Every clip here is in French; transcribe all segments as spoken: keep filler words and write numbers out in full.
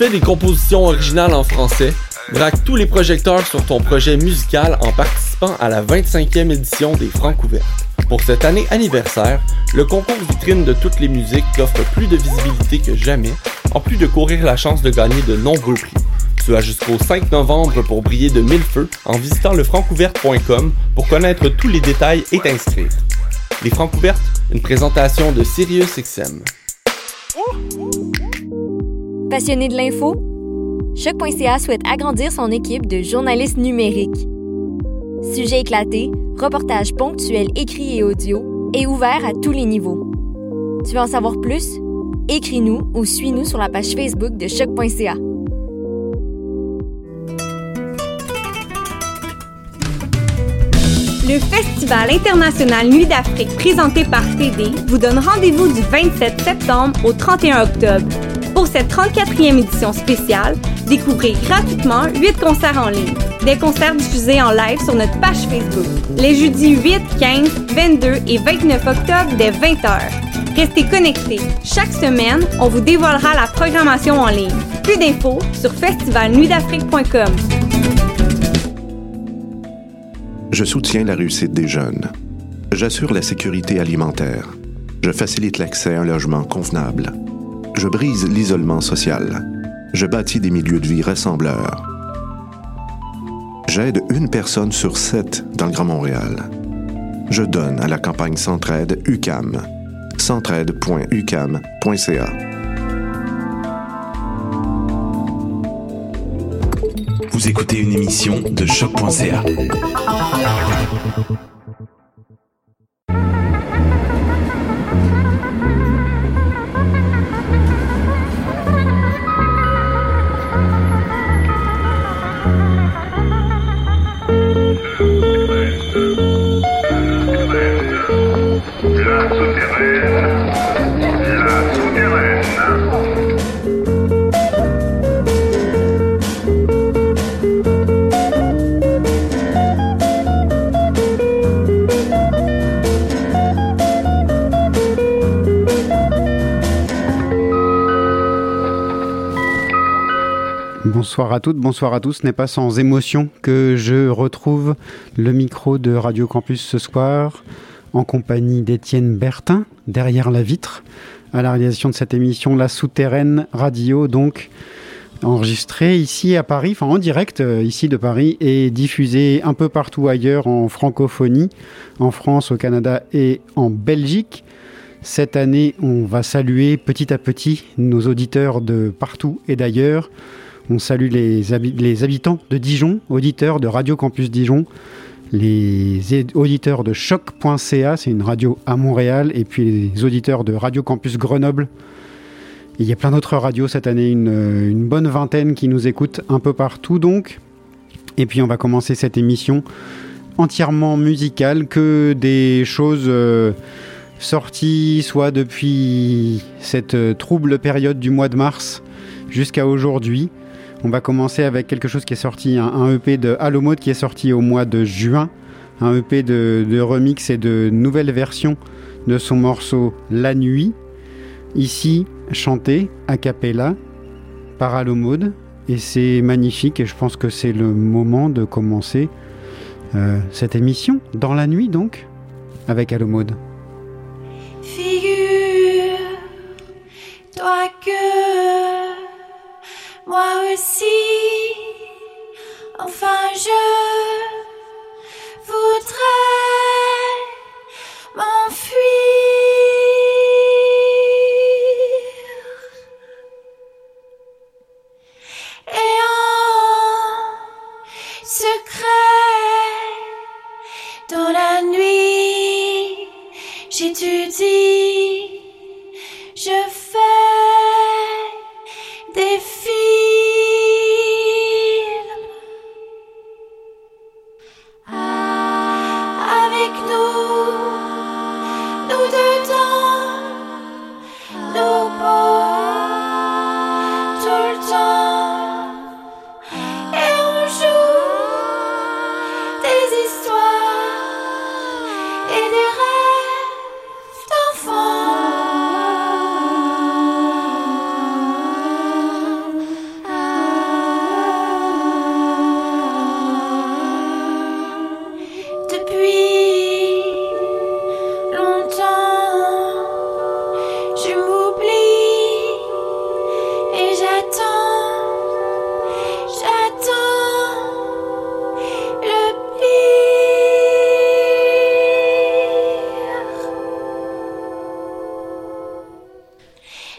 fais des compositions originales en français? Braque tous les projecteurs sur ton projet musical en participant à la vingt-cinquième édition des Francs ouvertes. Pour cette année anniversaire, le concours vitrine de toutes les musiques t'offre plus de visibilité que jamais, en plus de courir la chance de gagner de nombreux prix. Tu as jusqu'au cinq novembre pour briller de mille feux en visitant le francouverte point com pour connaître tous les détails et t'inscrire. Les Francs ouvertes, une présentation de Sirius X M. Passionné de l'info? Choc point c a souhaite agrandir son équipe de journalistes numériques. Sujets éclatés, reportages ponctuels écrits et audio, et ouverts à tous les niveaux. Tu veux en savoir plus? Écris-nous ou suis-nous sur la page Facebook de choc point c a. Le Festival international Nuit d'Afrique présenté par T D vous donne rendez-vous du vingt-sept septembre au trente et un octobre. Pour cette trente-quatrième édition spéciale, découvrez gratuitement huit concerts en ligne. Des concerts diffusés en live sur notre page Facebook. Les jeudis huit, quinze, vingt-deux et vingt-neuf octobre dès vingt heures. Restez connectés. Chaque semaine, on vous dévoilera la programmation en ligne. Plus d'infos sur festival nuit d'afrique point com. Je soutiens la réussite des jeunes. J'assure la sécurité alimentaire. Je facilite l'accès à un logement convenable. Je brise l'isolement social. Je bâtis des milieux de vie rassembleurs. J'aide une personne sur sept dans le Grand Montréal. Je donne à la campagne Centraide U Q A M. centraide point u q a m point c a. Vous écoutez une émission de choc point c a. Bonsoir à toutes, bonsoir à tous. Ce n'est pas sans émotion que je retrouve le micro de Radio Campus ce soir en compagnie d'Étienne Bertin, derrière la vitre, à la réalisation de cette émission La Souterraine Radio, donc enregistrée ici à Paris, enfin en direct euh, ici de Paris et diffusée un peu partout ailleurs en francophonie, en France, au Canada et en Belgique. Cette année, on va saluer petit à petit nos auditeurs de partout et d'ailleurs. On salue les, hab- les habitants de Dijon, auditeurs de Radio Campus Dijon, les é- auditeurs de choc point c a, c'est une radio à Montréal, et puis les auditeurs de Radio Campus Grenoble. Et il y a plein d'autres radios cette année, une, une bonne vingtaine qui nous écoutent un peu partout donc. Et puis on va commencer cette émission entièrement musicale, que des choses euh, sorties soit depuis cette euh, trouble période du mois de mars jusqu'à aujourd'hui. On va commencer avec quelque chose qui est sorti, un, un E P de Alomode qui est sorti au mois de juin, un E P de, de remix et de nouvelles versions de son morceau La Nuit, ici chanté a cappella par Alomode, et c'est magnifique et je pense que c'est le moment de commencer euh, cette émission dans la nuit donc avec Alomode. Figure-toi que moi aussi, enfin je voudrais m'enfuir. Et en secret, dans la nuit, j'étudie, je fais des filles.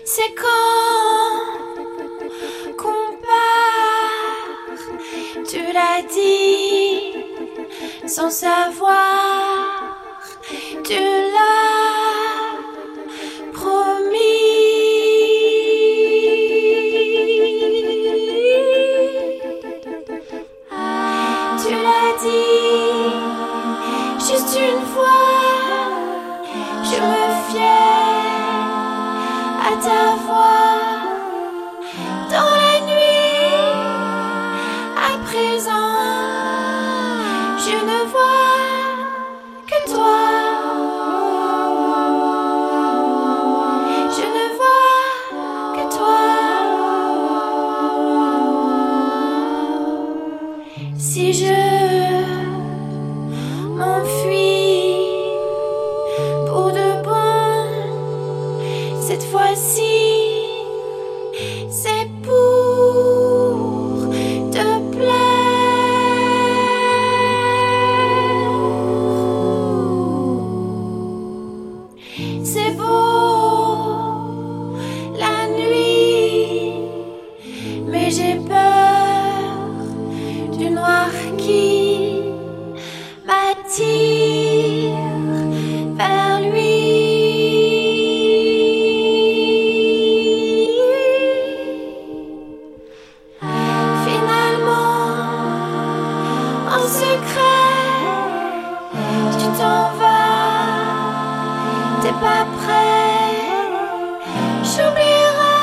C'est quand qu'on part, tu l'as dit sans savoir, tu l'as promis. Tu l'as dit juste une fois, je me fiais à ta voix dans la nuit. À présent, je ne vois que toi. Je ne vois que toi. Si je m'enfuis pour de bon, cette fois-ci, c'est pour te plaire. C'est beau la nuit, mais j'ai peur du noir qui m'attire vers lui. Finalement, en secret, tu t'en vas, t'es pas prêt. J'oublierai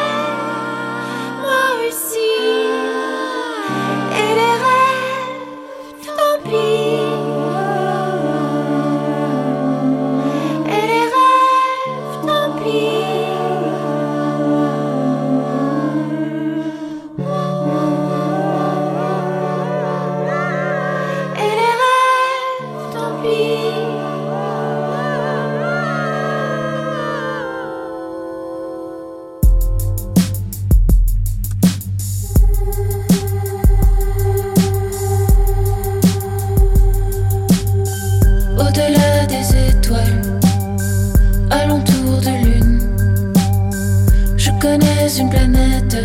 moi aussi, et les rêves, tant pis. Et les rêves, tant pis. Et les rêves, tant pis. Au-delà des étoiles, alentour de lune, je connais une planète.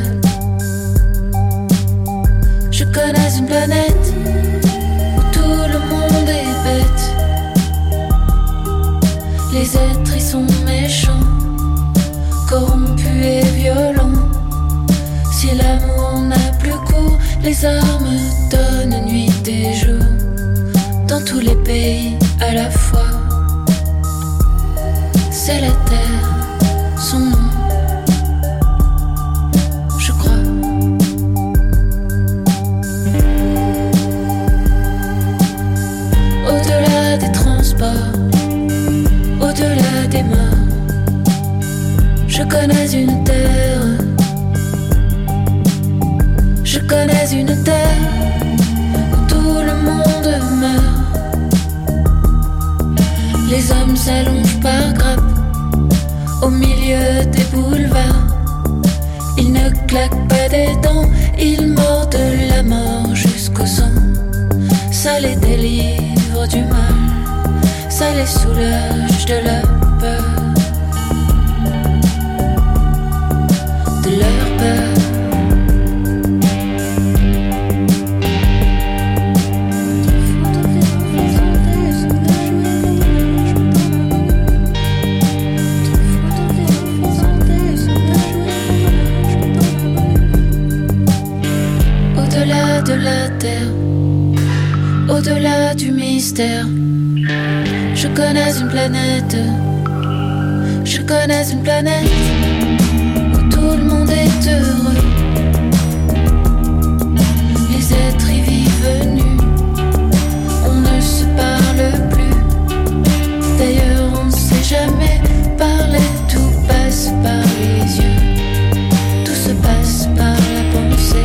Je connais une planète où tout le monde est bête. Les êtres y sont méchants, corrompus et violents. Si l'amour n'a plus cours, les armes donnent nuit et jour. Dans tous les pays à la fois, c'est la terre, son nom, je crois. Au-delà des transports, au-delà des morts, je connais une terre. Je connais une terre où tout le monde meurt. Les hommes s'allongent par grappes au milieu des boulevards. Ils ne claquent pas des dents, ils mordent la mort jusqu'au sang. Ça les délivre du mal, ça les soulage de leur peur. De leur peur. Au-delà de la terre, au-delà du mystère, je connais une planète, je connais une planète où tout le monde est heureux. Les êtres y vivent nus, on ne se parle plus. D'ailleurs on ne sait jamais parler, tout passe par les yeux, tout se passe par la pensée.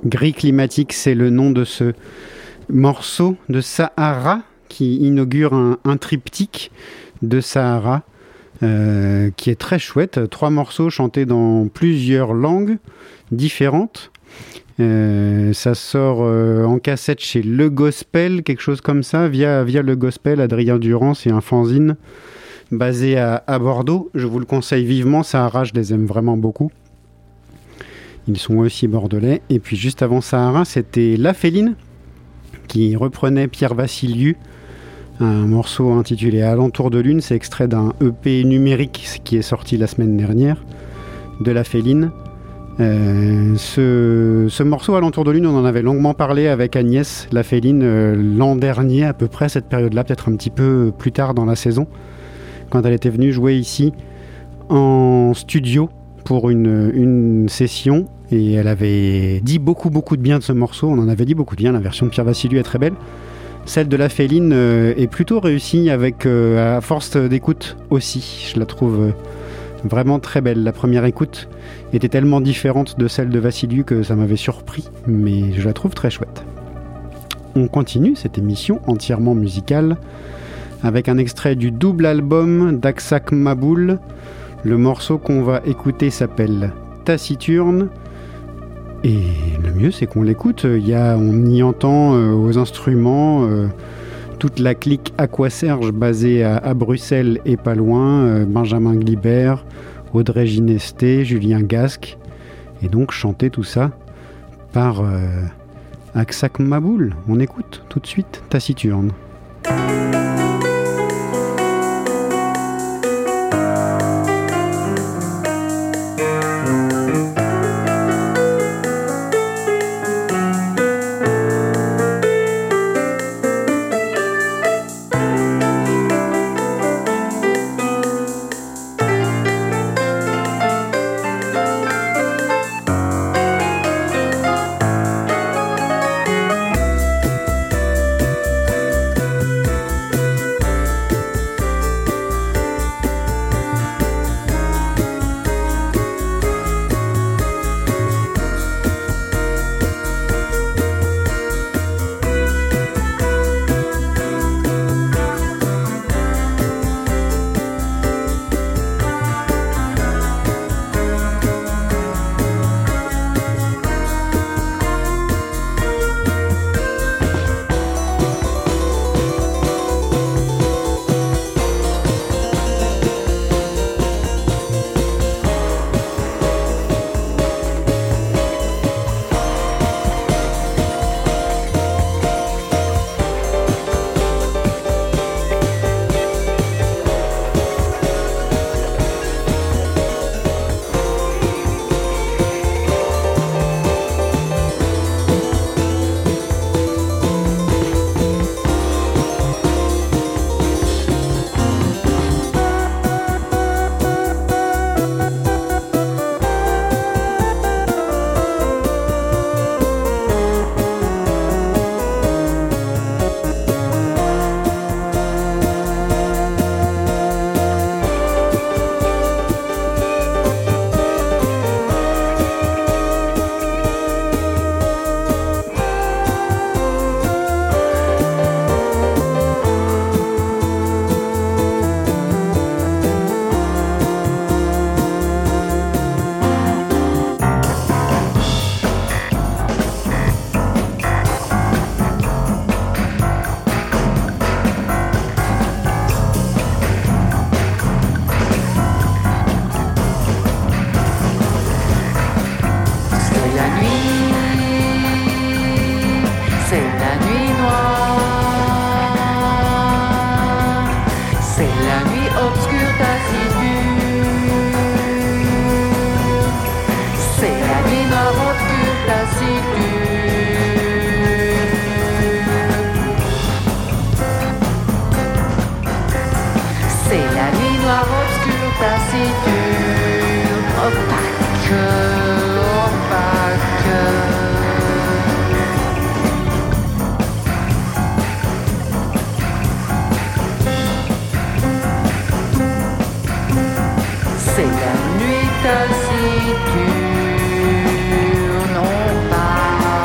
Gris climatique, c'est le nom de ce morceau de Sahara qui inaugure un, un triptyque de Sahara euh, qui est très chouette. Trois morceaux chantés dans plusieurs langues différentes. Euh, ça sort euh, en cassette chez Le Gospel, quelque chose comme ça, via, via Le Gospel. Adrien Durand, c'est un fanzine basé à, à Bordeaux. Je vous le conseille vivement, Sahara, je les aime vraiment beaucoup. Ils sont aussi bordelais. Et puis juste avant Sahara, c'était La Féline qui reprenait Pierre Vassiliou, un morceau intitulé Alentour de Lune. C'est extrait d'un E P numérique qui est sorti la semaine dernière de La Féline. Euh, ce, ce morceau Alentour de Lune, on en avait longuement parlé avec Agnès La Féline euh, l'an dernier, à peu près à cette période-là, peut-être un petit peu plus tard dans la saison, quand elle était venue jouer ici en studio pour une, une session, et elle avait dit beaucoup beaucoup de bien de ce morceau. On en avait dit beaucoup de bien. La version de Pierre Vassiliou est très belle. Celle de La Féline euh, est plutôt réussie, avec euh, à force d'écoute aussi. Je la trouve euh, vraiment très belle. La première écoute était tellement différente de celle de Vassiliou que ça m'avait surpris, mais je la trouve très chouette. On continue cette émission entièrement musicale avec un extrait du double album d'Aksak Maboul. Le morceau qu'on va écouter s'appelle Taciturne. Et le mieux, c'est qu'on l'écoute. Il y a, on y entend euh, aux instruments euh, toute la clique Aquaserge basée à, à Bruxelles et pas loin. Euh, Benjamin Glibert, Audrey Ginesté, Julien Gasque. Et donc chanter tout ça par euh, Aksak Maboul. On écoute tout de suite Taciturne. C'est la nuit taciturne, on parle.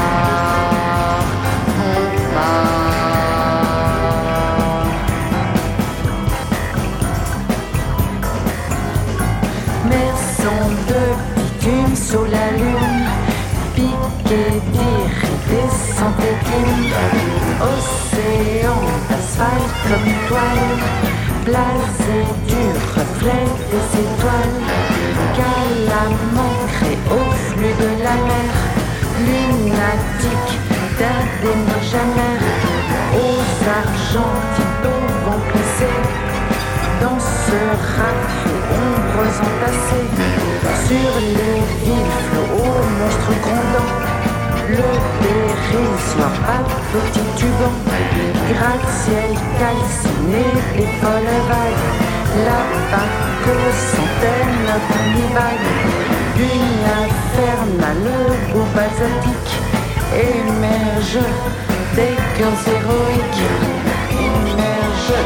Maison de bitume sous la lune, piquet d'irrité sans tétine, océan d'asphalte comme toile, blasé du reflet des étoiles, calamandré au flux de la mer, lunatique d'un démarche amère, aux argentines vont glisser dans ce raffut ombres entassées, sur les villes flots aux monstres grondants, le dérisoire à petit tubant, gratte-ciel calciné des folles vagues, la barque aux centaines cannibales, d'une infernale boue basaltique, émerge des cœurs héroïques, émerge.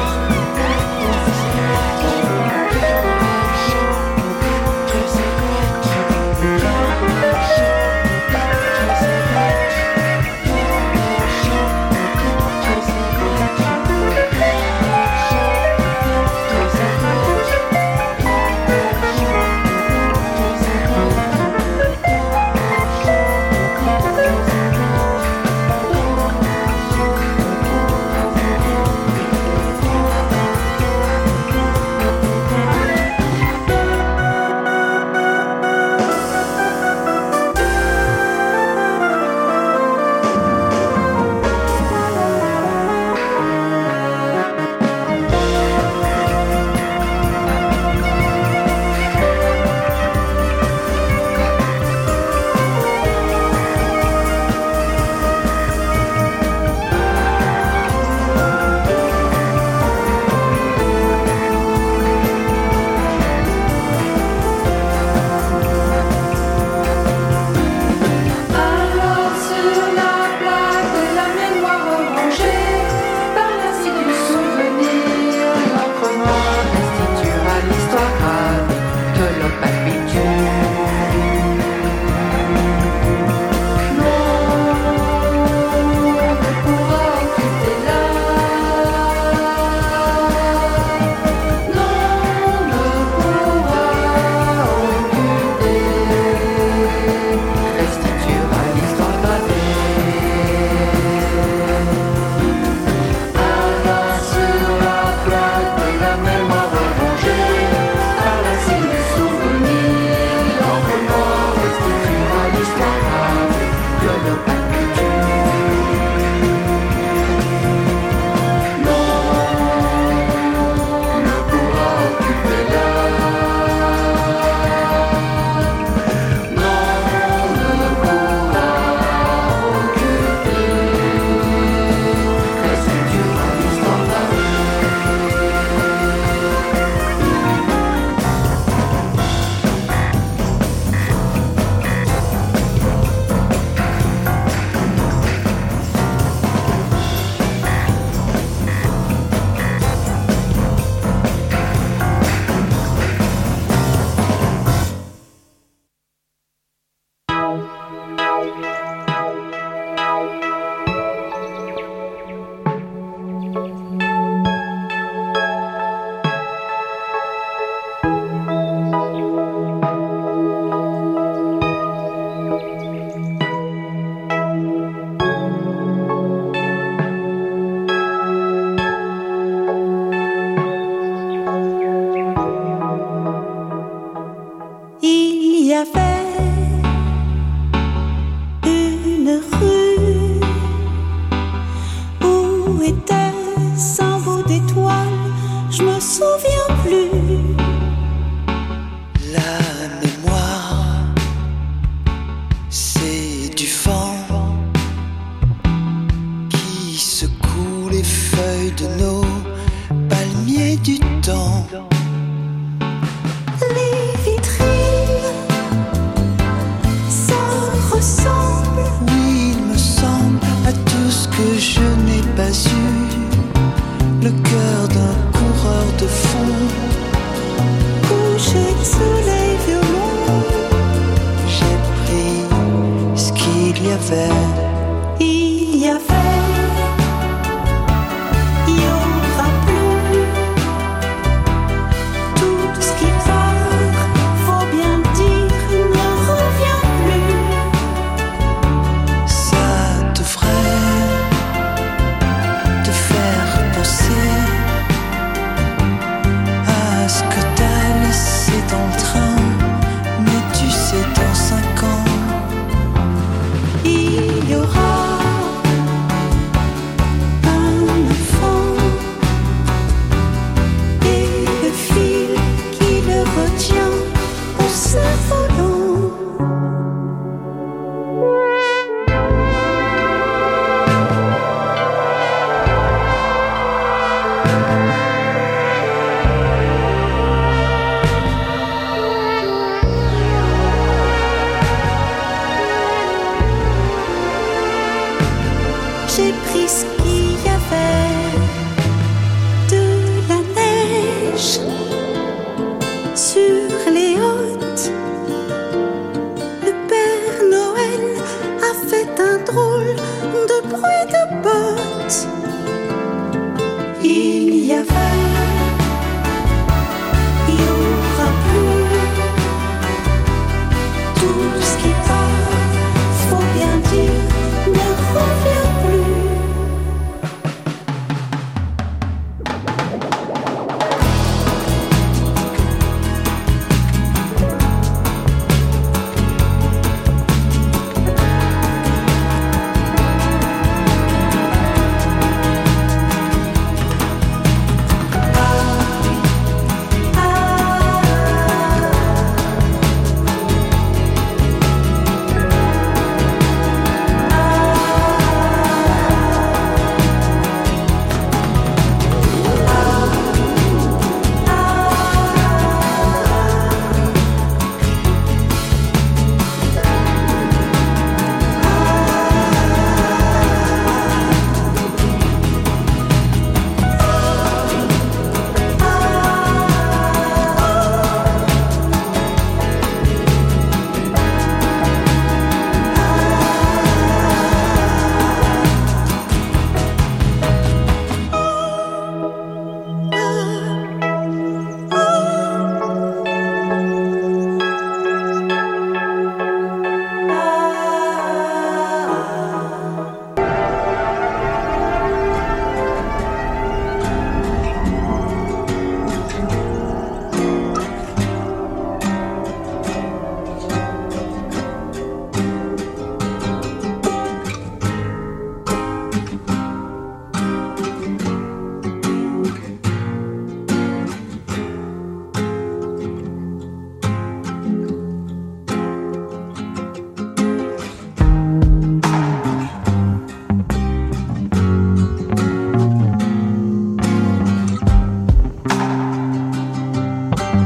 Tout ce qui part, faut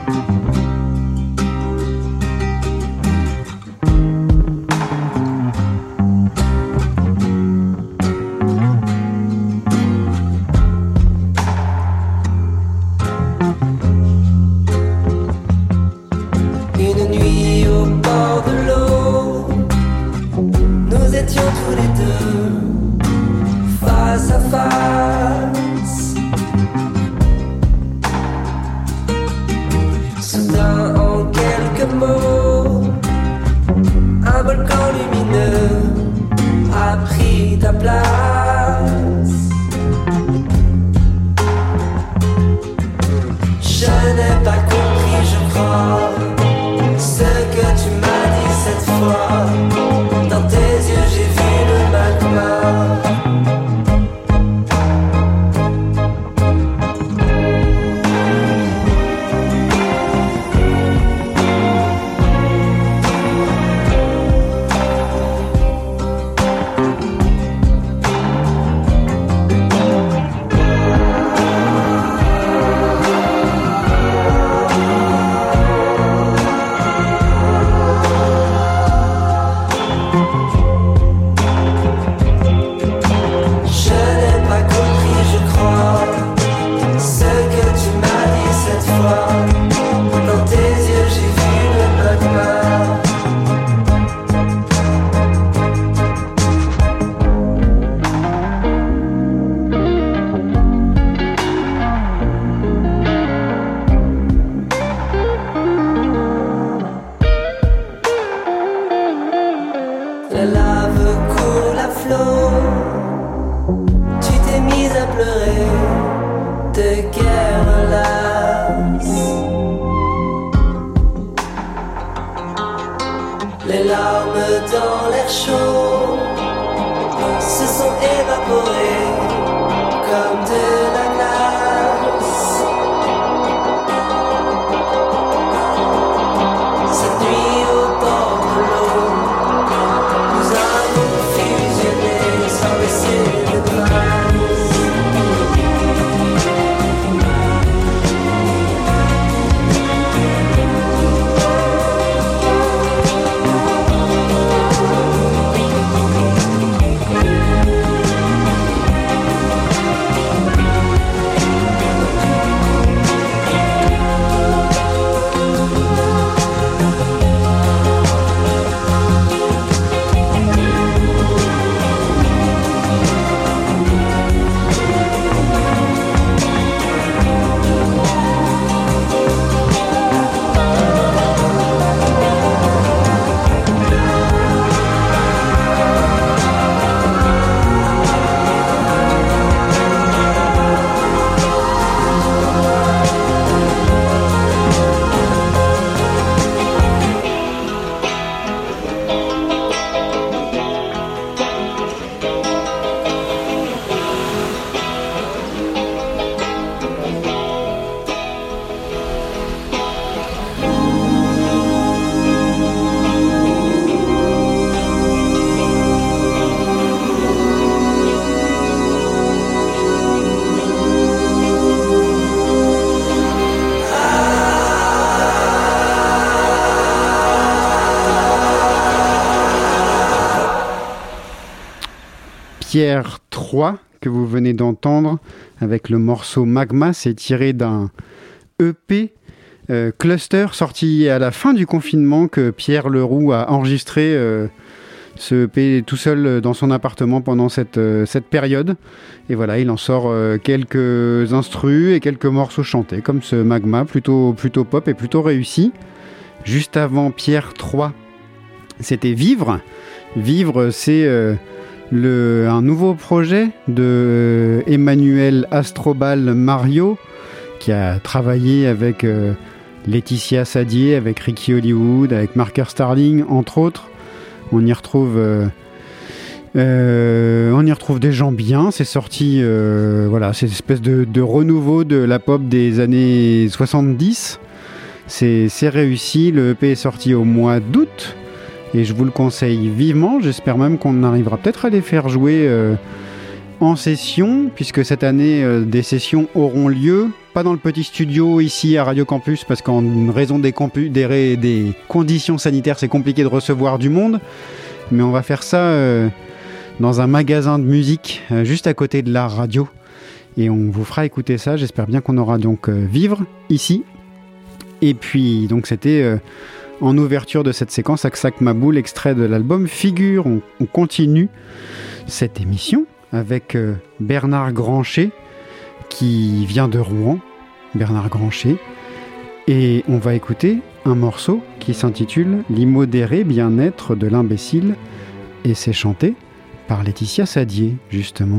Pierre trois que vous venez d'entendre avec le morceau Magma, c'est tiré d'un E P euh, Cluster sorti à la fin du confinement que Pierre Leroux a enregistré euh, ce E P tout seul dans son appartement pendant cette, euh, cette période. Et voilà, il en sort euh, quelques instrus et quelques morceaux chantés comme ce Magma, plutôt, plutôt pop et plutôt réussi. Juste avant Pierre trois, c'était Vivre. Vivre, c'est euh, le, un nouveau projet de euh, Emmanuel Astrobal Mario, qui a travaillé avec euh, Laetitia Sadier, avec Ricky Hollywood, avec Marker Starling, entre autres. On y retrouve, euh, euh, on y retrouve des gens bien. C'est sorti, euh, voilà, c'est une espèce de, de renouveau de la pop des années soixante-dix. C'est, c'est réussi. Le E P est sorti au mois d'août. Et je vous le conseille vivement. J'espère même qu'on arrivera peut-être à les faire jouer euh, en session, puisque cette année, euh, des sessions auront lieu, pas dans le petit studio ici à Radio Campus, parce qu'en raison des, campu- des, ré- des conditions sanitaires, c'est compliqué de recevoir du monde, mais on va faire ça euh, dans un magasin de musique, euh, juste à côté de la radio, et on vous fera écouter ça. J'espère bien qu'on aura donc euh, Vivre ici, et puis donc c'était... Euh, en ouverture de cette séquence, Aksak Maboul, extrait de l'album Figure. On, on continue cette émission avec euh, Bernard Grancher, qui vient de Rouen. Bernard Grancher. Et on va écouter un morceau qui s'intitule L'immodéré bien-être de l'imbécile. Et c'est chanté par Laetitia Sadier, justement.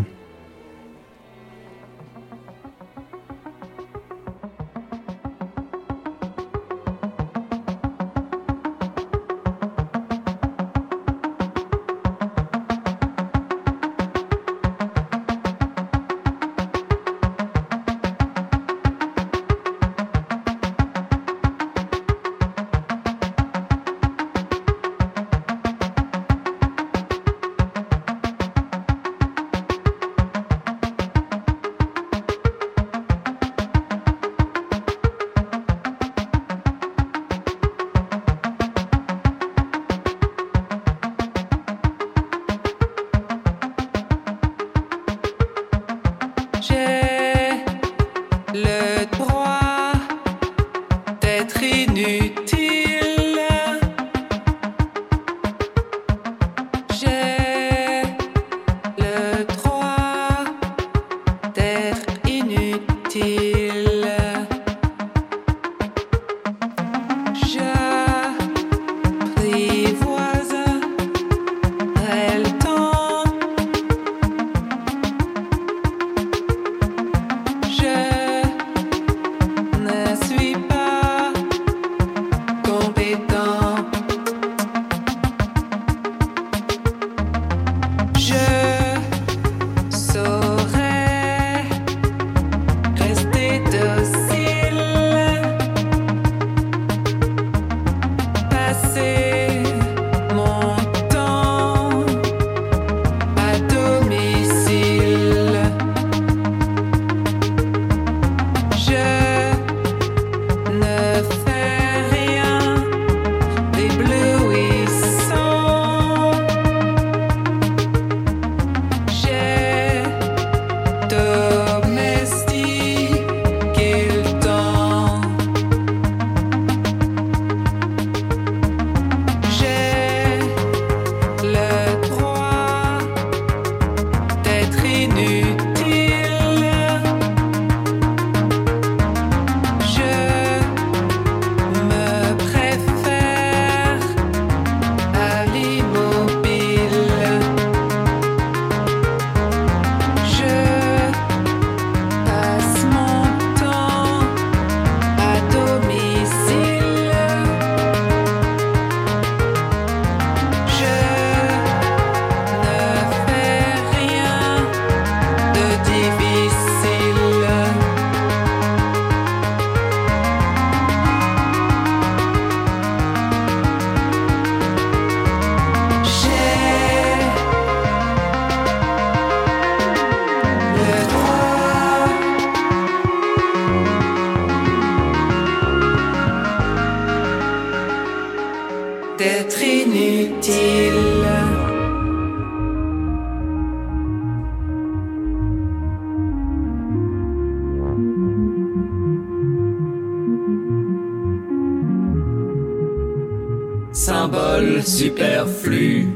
Symbole superflu.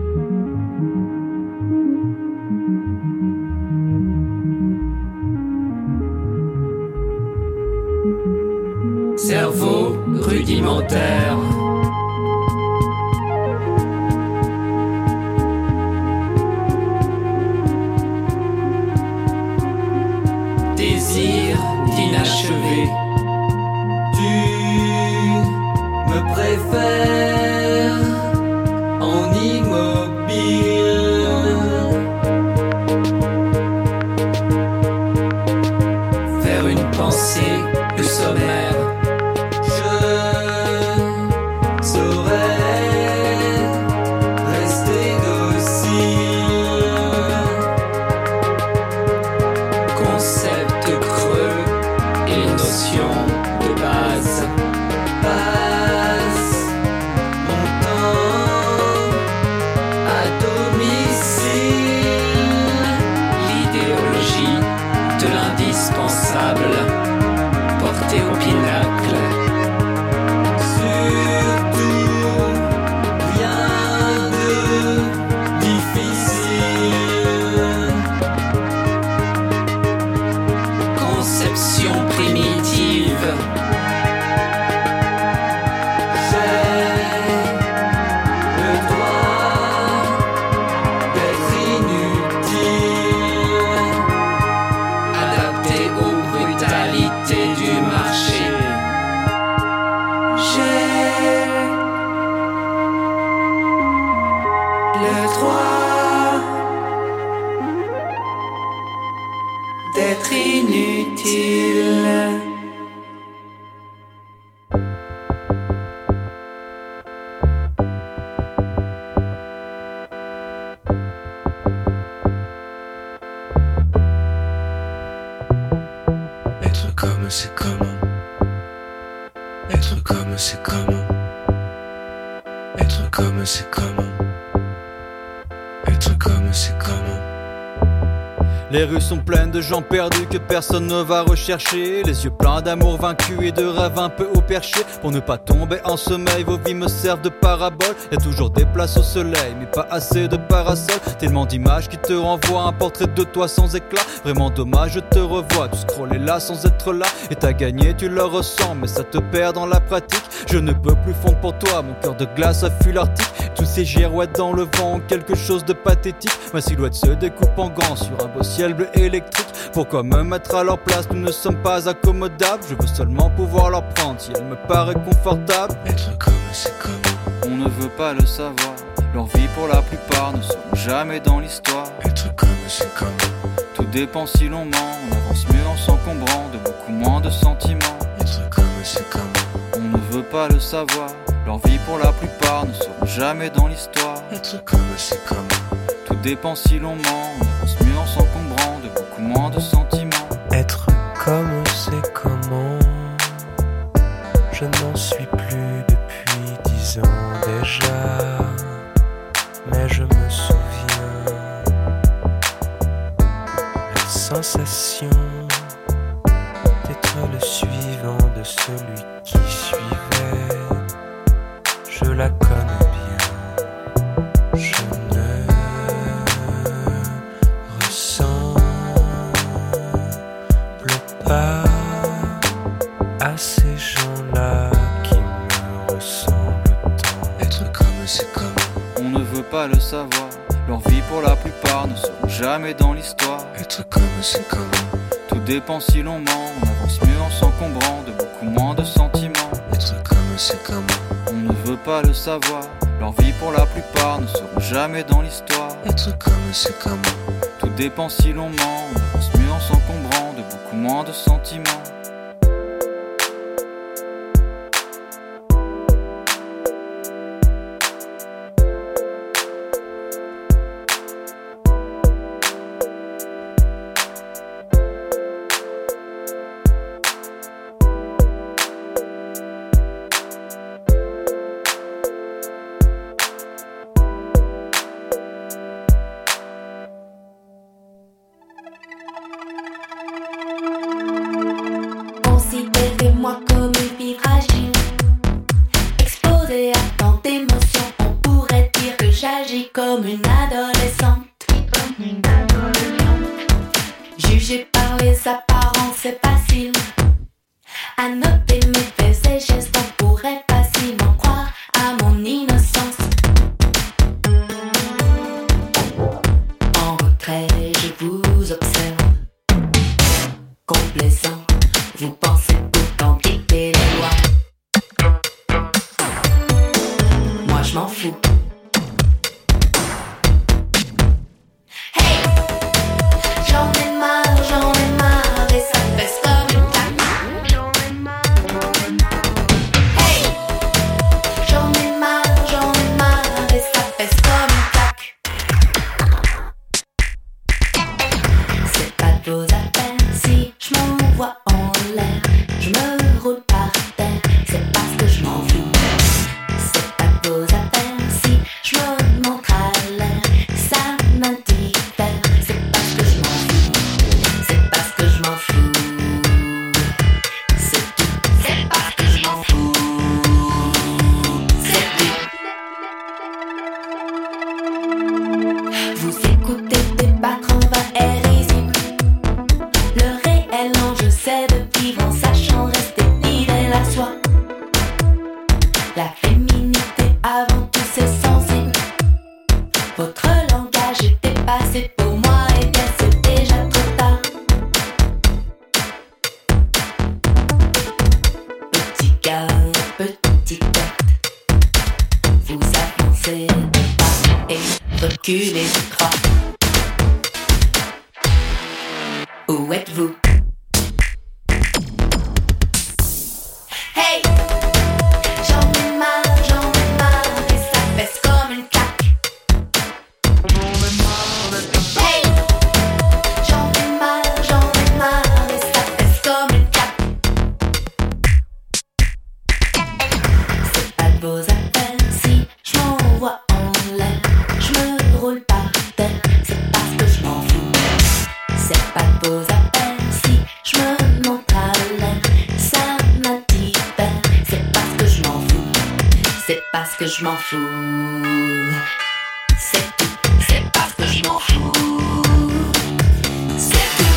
Cerveau rudimentaire. Désir d'inachevé. Tu me préfères en immobile. Faire une pensée plus sommaire. Je saurais rester docile. toi d'être inutile. Être comme c'est comment. Être comme c'est comment. Être comme c'est comment. Être comme c'est comment. Les rues sont pleines de gens perdus que personne ne va rechercher. Les yeux pleins d'amour vaincus et de rêves un peu au perché. Pour ne pas tomber en sommeil, vos vies me servent de parabole. Y'a toujours des places au soleil, mais pas assez de parasols. Tellement d'images qui te renvoient un portrait de toi sans éclat. Vraiment dommage, je te revois, tu scroller là sans être là. Et t'as gagné, tu le ressens, mais ça te perd dans la pratique. Je ne peux plus fondre pour toi, mon cœur de glace a fui l'Arctique. Tous ces girouettes dans le vent, quelque chose de pathétique. Ma silhouette se découpe en grand sur un beau ciel bleu électrique. Pourquoi me mettre à leur place, nous ne sommes pas accommodables. Je veux seulement pouvoir leur prendre si elle me paraît confortable. Être comme c'est comment. On ne veut pas le savoir. Leur vie pour la plupart ne seront jamais dans l'histoire. Être comme c'est comment. Tout dépend si l'on ment, on avance mieux en s'encombrant de beaucoup moins de sentiments. Être comme c'est comment. On ne veut pas le savoir. Leur vie pour la plupart ne seront jamais dans l'histoire. Être comme c'est comment. Tout dépend si l'on ment, on avance mieux en s'encombrant de beaucoup moins de sentiments. Être comme c'est comment. Je n'en suis plus depuis dix ans déjà. Mais je me souviens la sensation d'être le suivant de celui qui suivait. Je la connais bien. Je ne ressemble pas à ces gens-là qui me ressemblent tant. Être comme c'est comment. On ne veut pas le savoir. Leur vie pour la plupart ne seront jamais dans l'histoire. Être comme c'est comment. Tout dépend si l'on ment, on avance mieux en s'encombrant de beaucoup moins de sentiments. Être comme c'est comment. On ne veut pas le savoir. Leur vie pour la plupart ne seront jamais dans l'histoire. Être comme c'est comment. Tout dépend si l'on ment, on avance mieux en s'encombrant de beaucoup moins de sentiments. Considérez-moi comme une fille fragile, exposée à tant d'émotions. On pourrait dire que j'agis comme une adolescente. Jugée par les apparences, c'est facile. À noter mes faits et gestes, on pourrait facilement croire à mon innocence. En retrait, je vous observe, complaisant. Vous pensez pourtant dicter les lois. Moi je m'en fous. Hey, j'en ai marre, j'en ai marre et ça pèse comme une claque. Hey, j'en ai marre, j'en ai marre et ça pèse comme une claque. C'est pas de vos affaires si je m'envoie en l'air, je me roule par terre, c'est parce que je m'en fous. C'est pas de vos affaires si je me montre à l'air, ça m'indiffère, c'est parce que je m'en fous. C'est parce que je m'en fous. C'est tout, c'est parce que je m'en fous. C'est tout. Vous écoutez débattre en vain hérésie. Le réel enjeu c'est de vivre en sachant rester fidèle à soi. La féminité avant tout c'est sensible. Votre langage est dépassé pour moi et bien c'est déjà trop tard. Petit gars, petite tête, vous avancez de pas et votre cul et j'y crois. Où êtes-vous? Hey! J'en ai marre, j'en ai marre et ça pèse comme une claque. Hey! J'en ai marre, j'en ai marre et ça pèse comme une claque. C'est pas de vos appels si je m'envoie en l'air. Je me roule par terre, c'est parce que je m'en fous. C'est pas de vos appels si je me monte à l'air. Ça m'intibère, c'est parce que je m'en fous. C'est parce que je m'en fous. C'est tout, c'est parce que je m'en fous. C'est tout.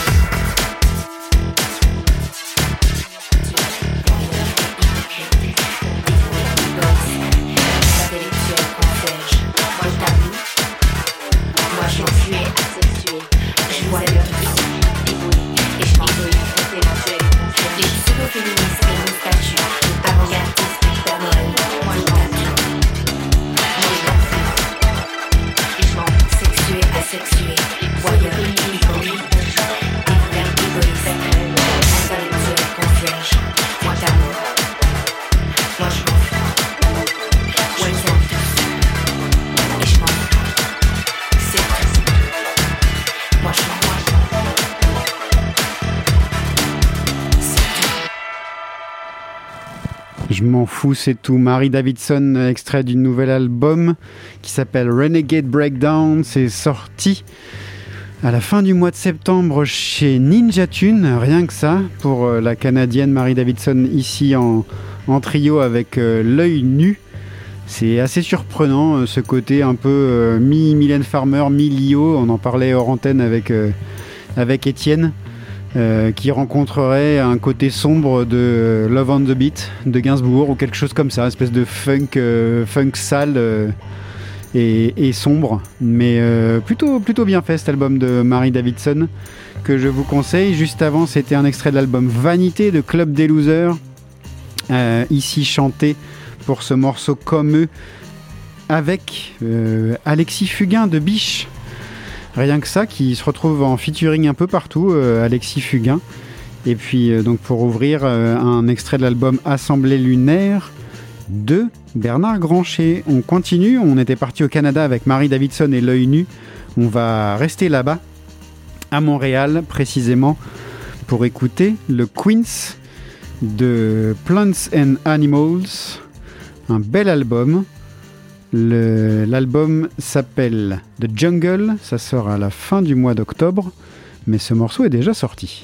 Moi je t'avoue, moi je m'en suis asexuée. Je vois le et je m'en veux intellectuel. Les pseudo-féministes et nos statues, avant-gardistes et Père Noël. Moi je m'en fous. Moi je m'en fous. Et je m'en fous sexué, asexué. Voyeur, hypocrite, découvert, égoïste, intellectuel, concierge. Moi t'amour. Moi je m'en fous. Je les aime tous. Et je m'en fous. C'est tout. Moi je m'en fous. Je m'en fous, c'est tout. Marie Davidson, extrait du nouvel album qui s'appelle Renegade Breakdown. C'est sorti à la fin du mois de septembre chez Ninja Tune. Rien que ça, pour la Canadienne Marie Davidson, ici en, en trio avec euh, L'œil nu. C'est assez surprenant, ce côté un peu euh, mi-Mylène Farmer, mi-Lio. On en parlait hors antenne avec, euh, avec Étienne. Euh, qui rencontrerait un côté sombre de Love on the Beat de Gainsbourg ou quelque chose comme ça, une espèce de funk, euh, funk sale euh, et, et sombre, mais euh, plutôt, plutôt bien fait cet album de Marie Davidson que je vous conseille. Juste avant, c'était un extrait de l'album Vanité de Club des Losers, euh, ici chanté pour ce morceau comme eux avec euh, Alexis Fugain de Biche. Rien que ça, qui se retrouve en featuring un peu partout, euh, Alexis Fugain. Et puis, euh, donc pour ouvrir, euh, un extrait de l'album Assemblée lunaire de Bernard Grancher. On continue, on était parti au Canada avec Marie Davidson et L'œil nu. On va rester là-bas, à Montréal précisément, pour écouter le Queens de Plants and Animals. Un bel album. Le, l'album s'appelle The Jungle, ça sort à la fin du mois d'octobre, mais ce morceau est déjà sorti.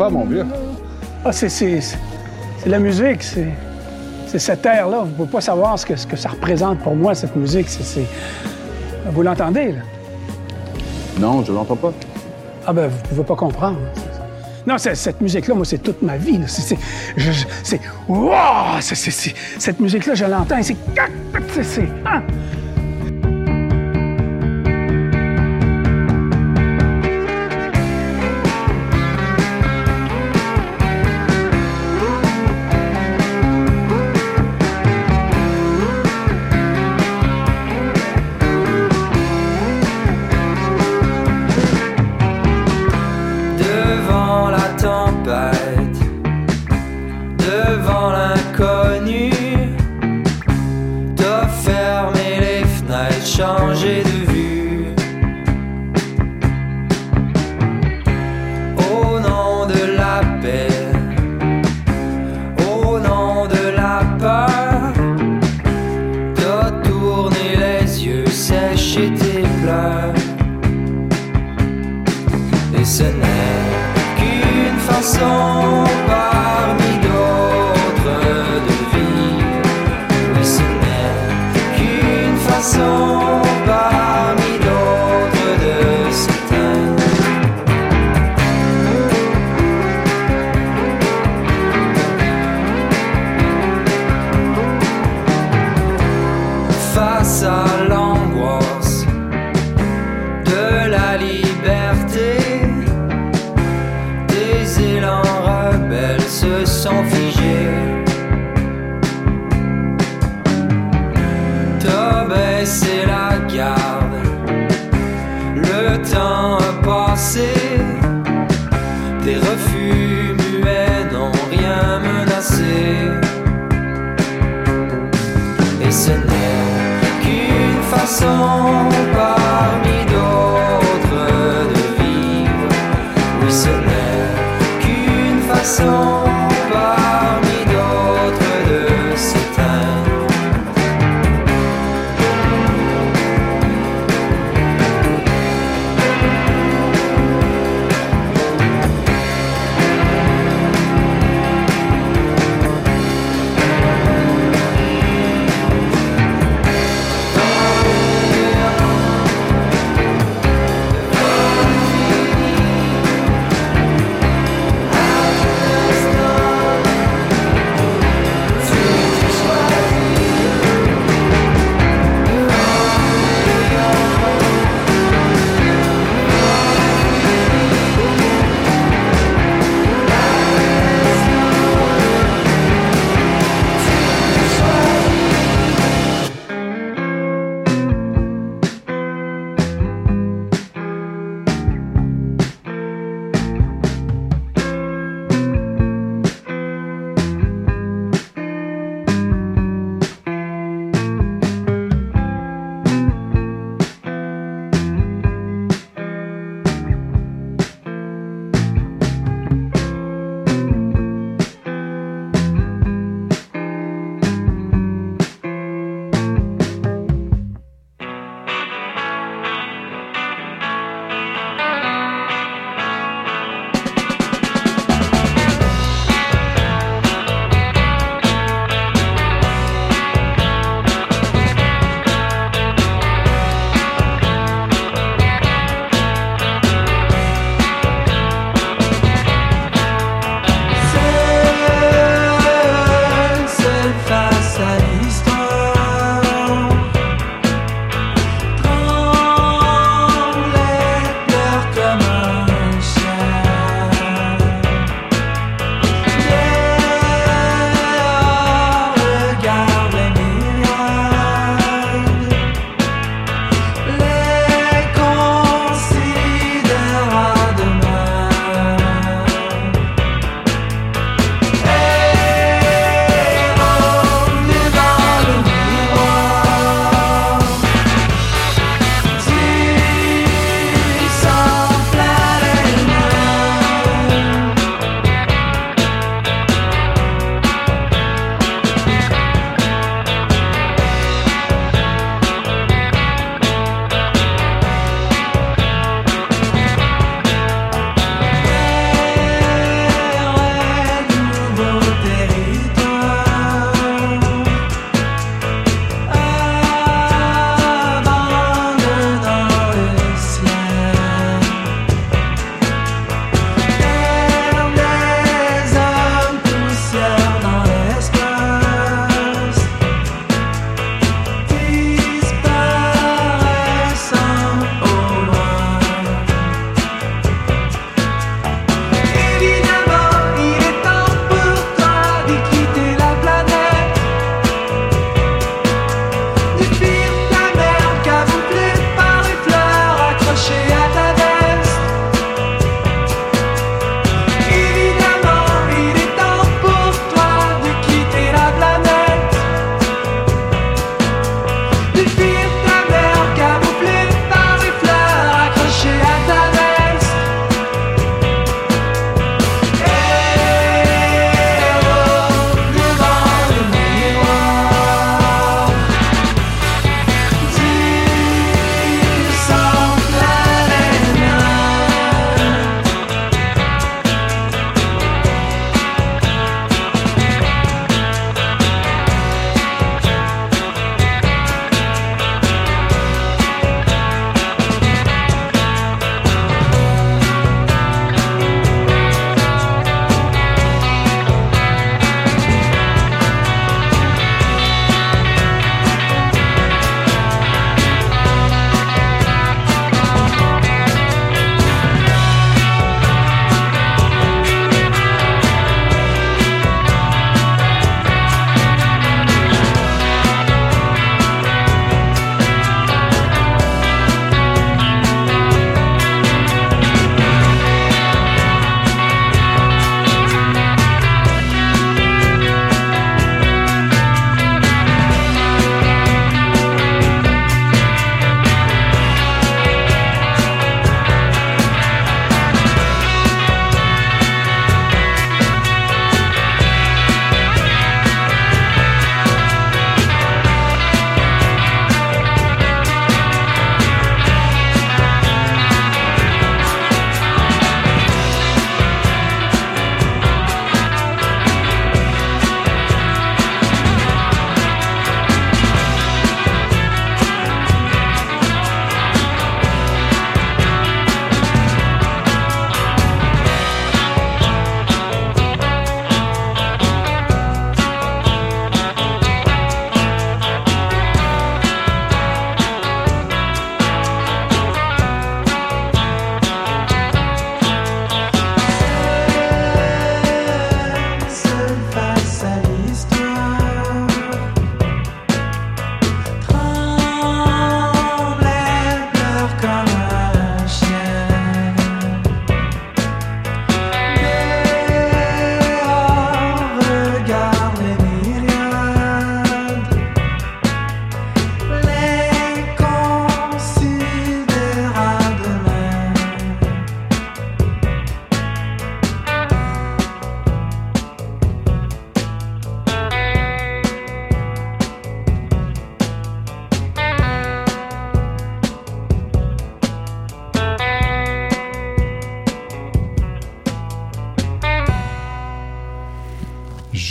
pas, mon vieux. Ah, c'est, c'est, c'est la musique, c'est, c'est cette air-là. Vous ne pouvez pas savoir ce que, ce que ça représente pour moi, cette musique. C'est, c'est... Vous l'entendez, là? Non, je l'entends pas. Ah ben, vous ne pouvez pas comprendre. Non, c'est, cette musique-là, moi, c'est toute ma vie. Là. C'est, c'est, je, je, c'est, wow! c'est, c'est, c'est, cette musique-là, je l'entends et c'est... c'est, c'est hein? Changer de vue au nom de la paix, au nom de la peur, t'as tourné les yeux, séché tes pleurs, et ce n'est qu'une façon parmi d'autres de vivre, et ce n'est qu'une façon parmi d'autres de s'éteindre. Face à l'angoisse de la liberté, des élans rebelles se sont figés. T'as baissé la garde, le temps a passé, tes refus muets n'ont rien menacé, et ce n'est qu'une façon parmi d'autres de vivre, oui ce n'est qu'une façon parmi d'autres de s'éteindre.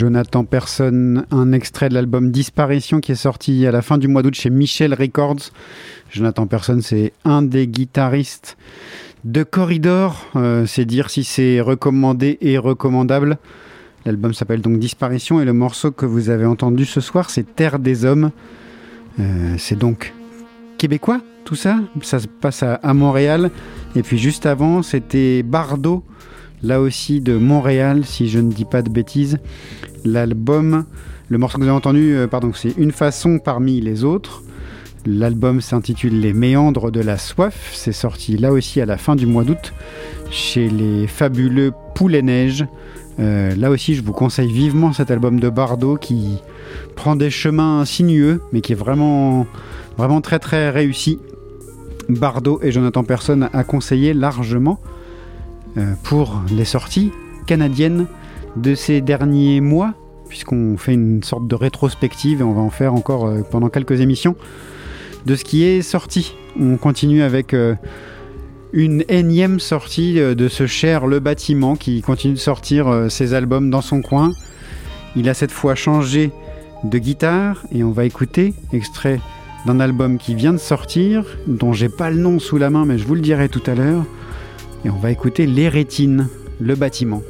Jonathan Persson, un extrait de l'album Disparition qui est sorti à la fin du mois d'août chez Michel Records. Jonathan Persson, c'est un des guitaristes de Corridor. Euh, c'est dire si c'est recommandé et recommandable. L'album s'appelle donc Disparition et le morceau que vous avez entendu ce soir, c'est Terre des Hommes. Euh, c'est donc québécois, tout ça. Ça se passe à, à Montréal. Et puis juste avant, c'était Bardo, là aussi de Montréal, si je ne dis pas de bêtises. L'album, le morceau que vous avez entendu, euh, pardon, c'est Une façon parmi les autres. L'album s'intitule Les méandres de la soif. C'est sorti là aussi à la fin du mois d'août chez les fabuleux Poulet Neige. Euh, là aussi, je vous conseille vivement cet album de Bardo qui prend des chemins sinueux, mais qui est vraiment, vraiment très très réussi. Bardo et Jonathan Persson à conseiller largement euh, pour les sorties canadiennes de ces derniers mois, puisqu'on fait une sorte de rétrospective et on va en faire encore euh, pendant quelques émissions de ce qui est sorti. On continue avec euh, une énième sortie de ce cher Le Bâtiment qui continue de sortir euh, ses albums dans son coin. Il a cette fois changé de guitare et on va écouter extrait d'un album qui vient de sortir, dont j'ai pas le nom sous la main mais je vous le dirai tout à l'heure. Et on va écouter Les Rétines, Le Bâtiment.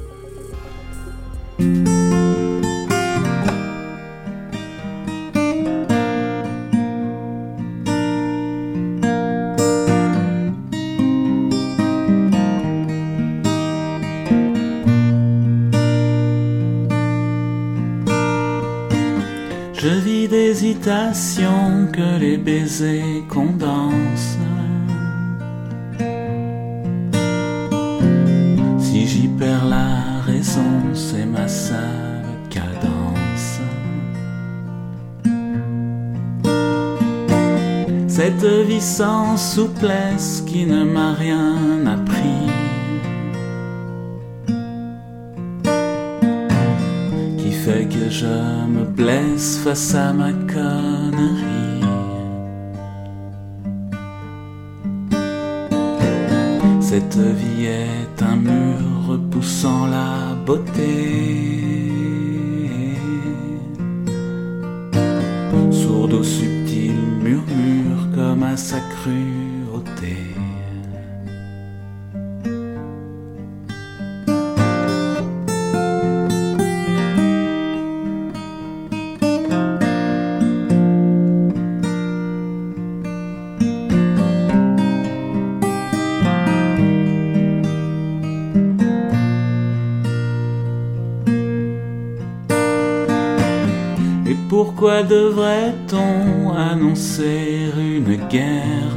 Je vis d'hésitation que les baisers condensent. Si j'y perds la raison, c'est ma seule cadence. Cette vie sans souplesse qui ne m'a rien appris, fait que je me blesse face à ma connerie. Cette vie est un mur repoussant la beauté, sourde au subtil murmure comme à sa cruauté. Pourquoi devrait-on annoncer une guerre,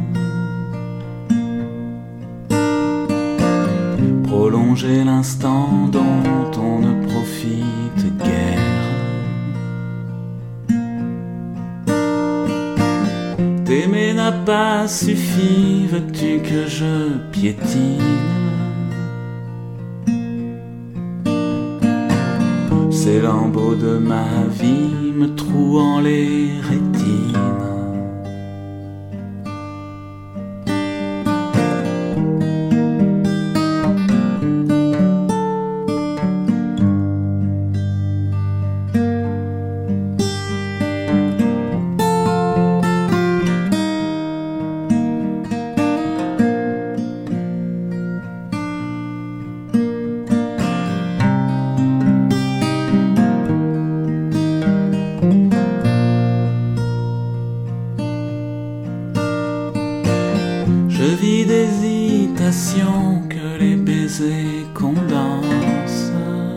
prolonger l'instant dont on ne profite guère? T'aimer n'a pas suffi, veux-tu que je piétine? Ces lambeaux de ma vie me trouant les rétines. Que les baisers condensent.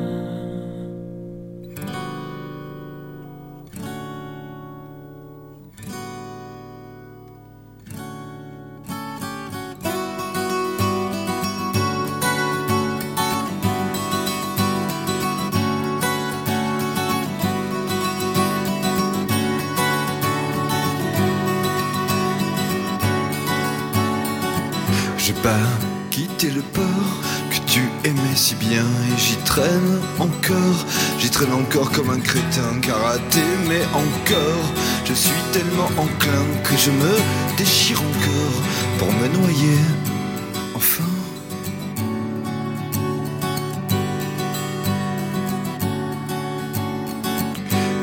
J'ai pas quitté le port que tu aimais si bien et j'y traîne encore, j'y traîne encore comme un crétin karaté, mais encore, je suis tellement enclin que je me déchire encore pour me noyer, enfin.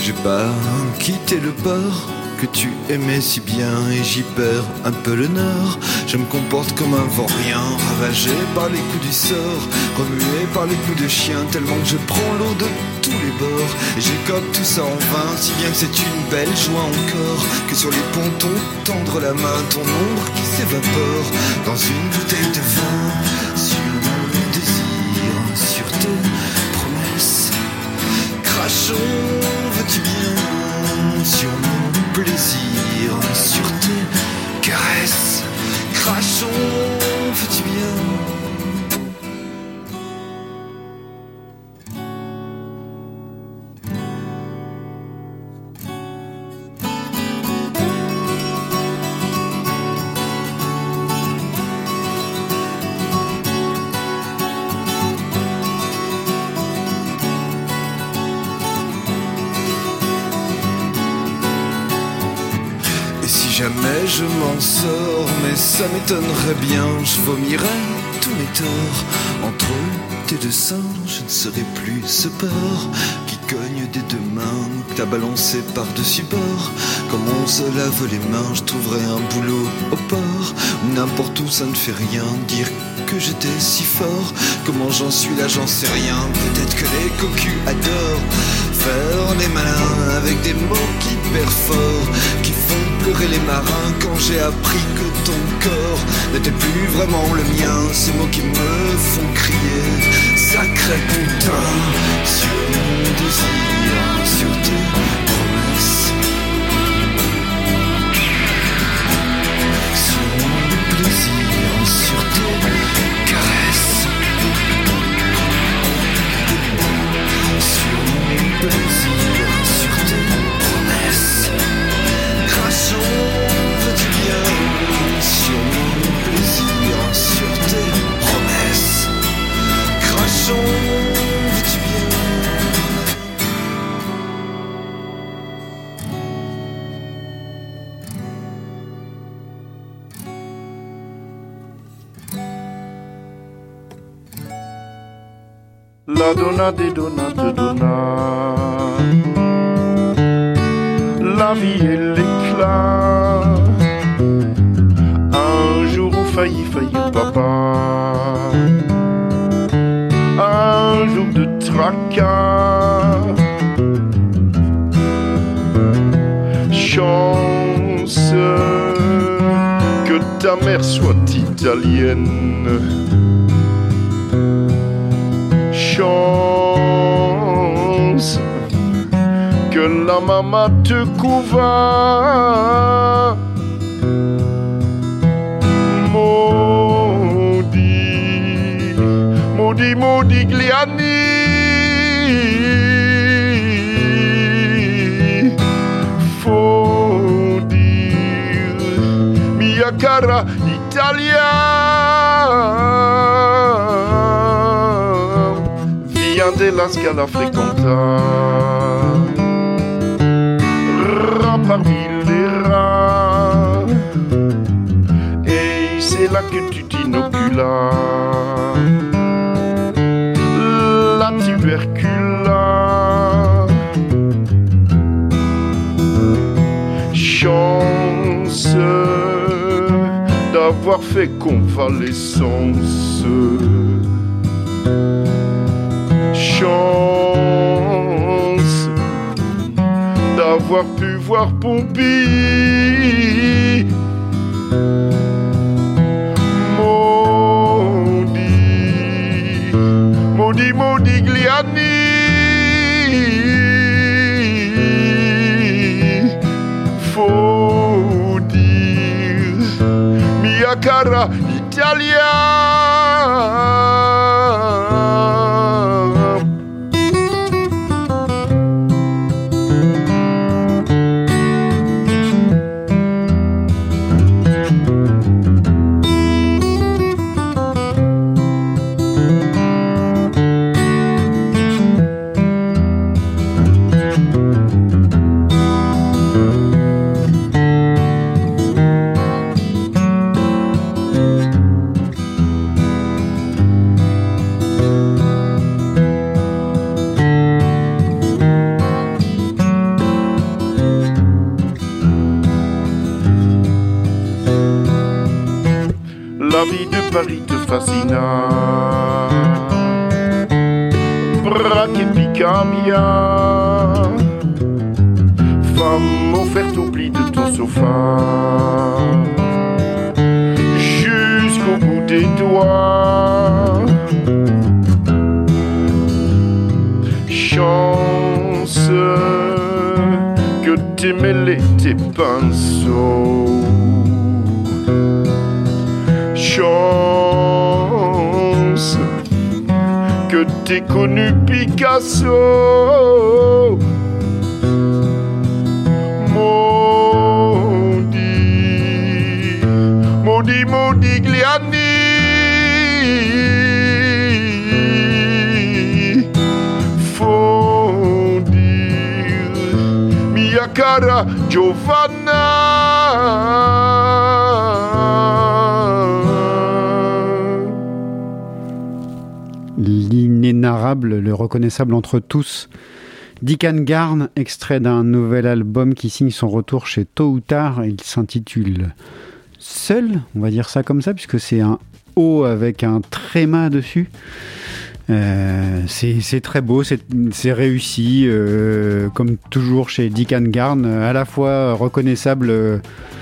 J'ai pas quitté le port que tu aimais si bien et j'y perds un peu le nord. Je me comporte comme un vaurien, ravagé par les coups du sort, remué par les coups de chien, tellement que je prends l'eau de tous les bords. Et j'écope tout ça en vain, si bien que c'est une belle joie encore que sur les pontons tendre la main, ton ombre qui s'évapore dans une bouteille de vin. Sur mon désir, sur tes promesses, crachons, veux-tu bien, sur mon plaisir, sur tes caresses, crachons, veux-tu bien. Jamais je m'en sors, mais ça m'étonnerait bien, je vomirais tous mes torts. Entre tes deux seins, je ne serai plus ce porc qui cogne des deux mains, que t'as balancé par-dessus bord. Comme on se lave les mains, je trouverais un boulot au port. N'importe où, ça ne fait rien, dire que j'étais si fort. Comment j'en suis là, j'en sais rien, peut-être que les cocus adorent faire les malins avec des mots qui perforent, qui font pleurer les marins quand j'ai appris que ton corps n'était plus vraiment le mien. Ces mots qui me font crier, sacré putain, sur mon désir, sur tes promesses, sur mon plaisir, sur tes caresses, sur mon plaisir, sur tes promesses, crachons, veux-tu bien, sur mon plaisir, sur tes promesses, crachons, veux-tu bien. La donna des donna te donna la vie et l'éclat. Un jour où faillit faillir papa, un jour de tracas. Chance que ta mère soit italienne. Chance que la maman te couva. Maudit, maudit, maudit Gliani. Faut dire mia cara Italia. Della Scala frequenta parmi les rats, et c'est là que tu t'inoculas la tubercula. Chance d'avoir fait convalescence. Chance d'avoir pu voir Pompéi. Maudit, maudit, maudit Gliani. Faut dire mia cara Italia. marite fascina. Braque et picamia, femme offerte au pli de ton sofa, jusqu'au bout des doigts. Chance que t'aies mêlé tes pinceaux. Chance que t'aies connu Picasso. Maudit, maudit, maudit Gliani. Faut dire mia cara Giovanna. L'inénarrable, le reconnaissable entre tous, Deacon Garn, extrait d'un nouvel album qui signe son retour chez Tôt ou Tard. Il s'intitule Seul, on va dire ça comme ça, puisque c'est un O avec un tréma dessus. Euh, c'est, c'est très beau, c'est, c'est réussi, euh, comme toujours chez Deacon Garn, à la fois reconnaissable euh,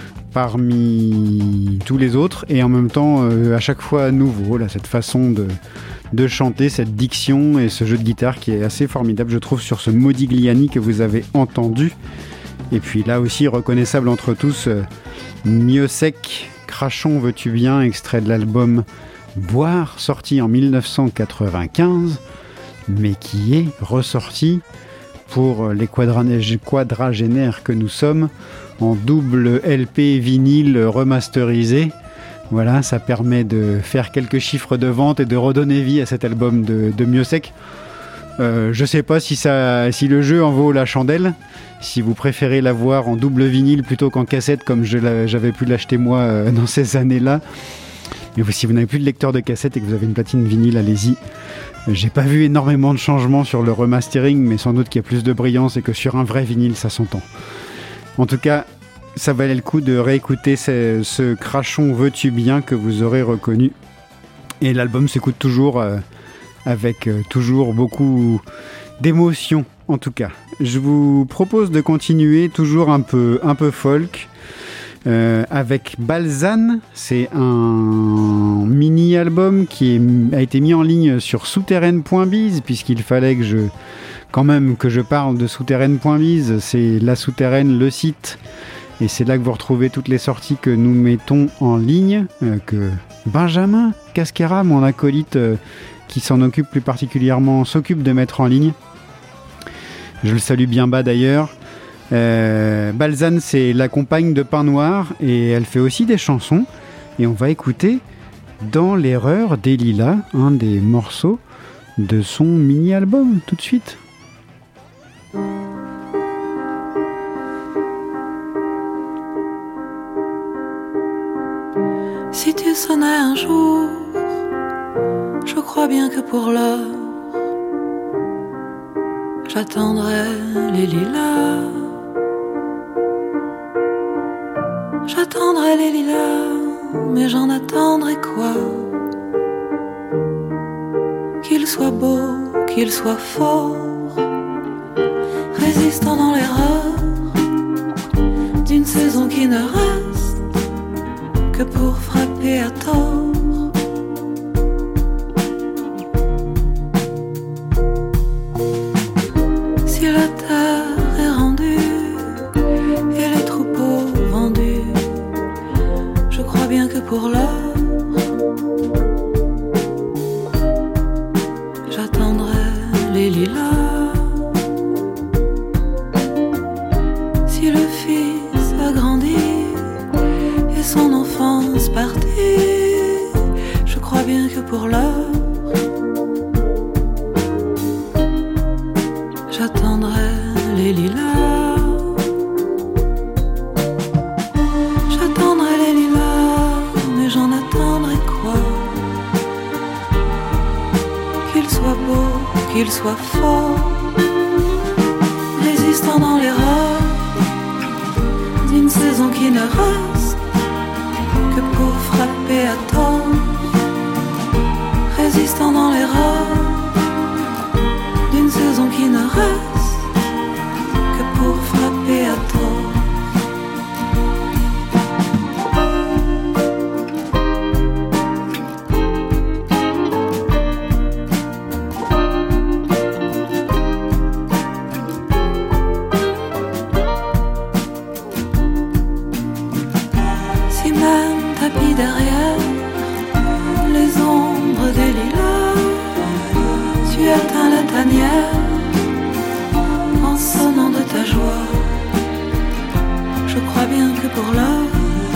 parmi tous les autres et en même temps euh, à chaque fois nouveau, là, cette façon de, de chanter, cette diction et ce jeu de guitare qui est assez formidable, je trouve, sur ce Modigliani que vous avez entendu. Et puis là aussi reconnaissable entre tous, euh, Mieux sec, Crachons veux-tu bien, extrait de l'album Boire, sorti en dix-neuf cent quatre-vingt-quinze, mais qui est ressorti pour les quadragénaires que nous sommes en double L P vinyle remasterisé. Voilà, ça permet de faire quelques chiffres de vente et de redonner vie à cet album de, de Mieux sec. Euh, je sais pas si, ça, si le jeu en vaut la chandelle, si vous préférez l'avoir en double vinyle plutôt qu'en cassette comme je j'avais pu l'acheter moi euh, dans ces années-là. Mais si vous n'avez plus de lecteur de cassette et que vous avez une platine vinyle, allez-y. J'ai pas vu énormément de changements sur le remastering, mais sans doute qu'il y a plus de brillance et que sur un vrai vinyle, ça s'entend. En tout cas, ça valait le coup de réécouter ce, ce Crachon veux-tu bien que vous aurez reconnu. Et l'album s'écoute toujours euh, avec euh, toujours beaucoup d'émotion, en tout cas. Je vous propose de continuer toujours un peu, un peu folk. Euh, avec Balzane, c'est un mini-album qui est, a été mis en ligne sur souterraine point biz, puisqu'il fallait que je, quand même que je parle de souterraine point biz, c'est la souterraine, le site, et c'est là que vous retrouvez toutes les sorties que nous mettons en ligne, euh, que Benjamin Casquera, mon acolyte euh, qui s'en occupe plus particulièrement, s'occupe de mettre en ligne. Je le salue bien bas d'ailleurs. Euh, Balzane, c'est la compagne de Pain Noir et elle fait aussi des chansons. Et on va écouter Dans l'erreur des lilas, un des morceaux de son mini-album, tout de suite. Si tu sonnais un jour, je crois bien que pour l'heure, j'attendrai les lilas. J'attendrai les lilas, mais j'en attendrai quoi? Qu'il soit beau, qu'il soit fort, résistant dans l'erreur d'une saison qui ne reste que pour frapper à tort. Si la terre est rendue et les troupeaux vendus, je crois bien que pour l'heure, j'attendrai les lilas. Si le fils a grandi et son enfance partie, je crois bien que pour l'heure, j'attendrai les lilas. J'attendrai les lilas, mais j'en attendrai quoi? Qu'il soit beau, qu'il soit fort, résistant dans l'erreur d'une saison qui ne reste que pour frapper à tort. pour l'heure.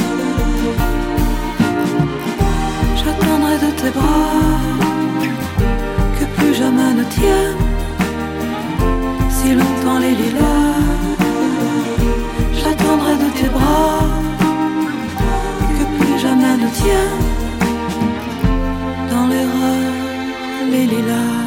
J'attendrai de tes bras que plus jamais ne tiennent si longtemps les lilas. J'attendrai de tes bras que plus jamais ne tiennent dans l'erreur les lilas.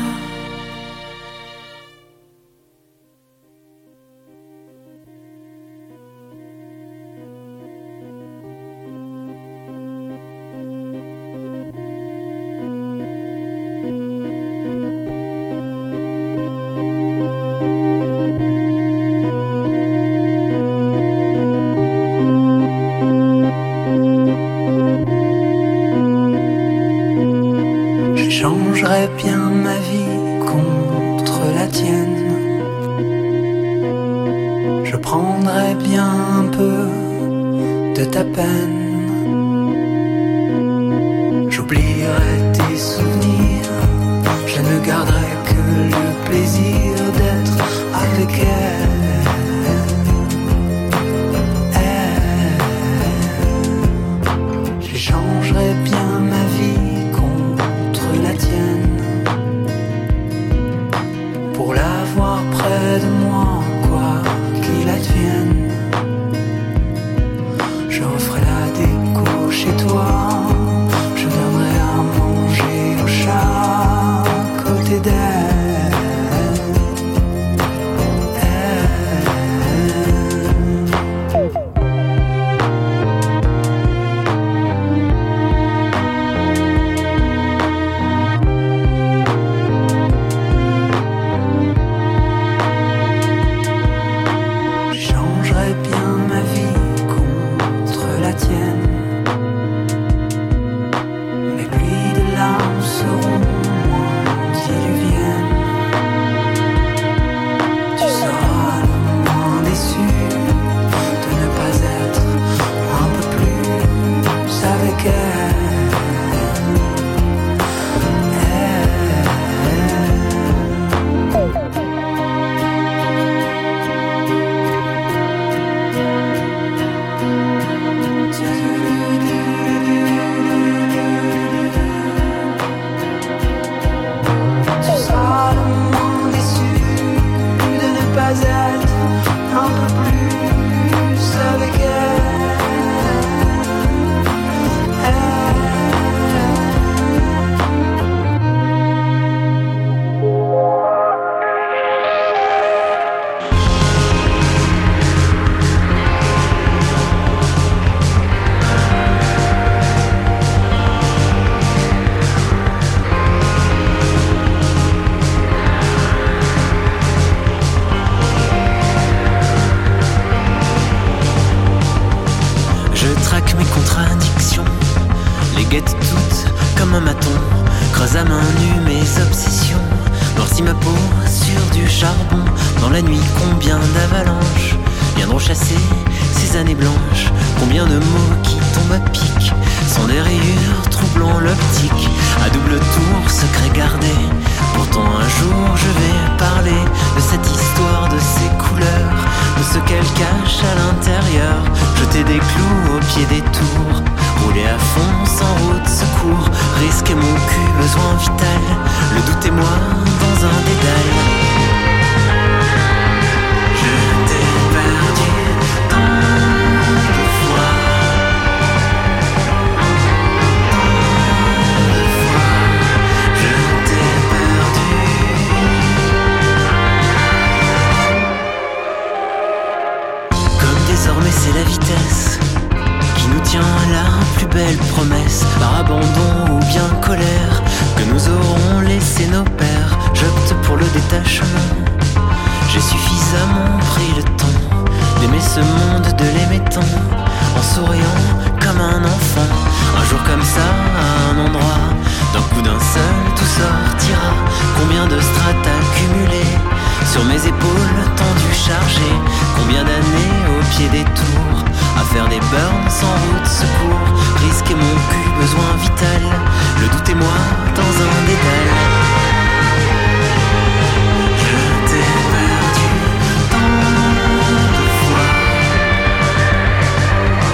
Je t'ai perdu tant de fois.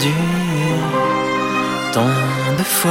perdu tant de fois.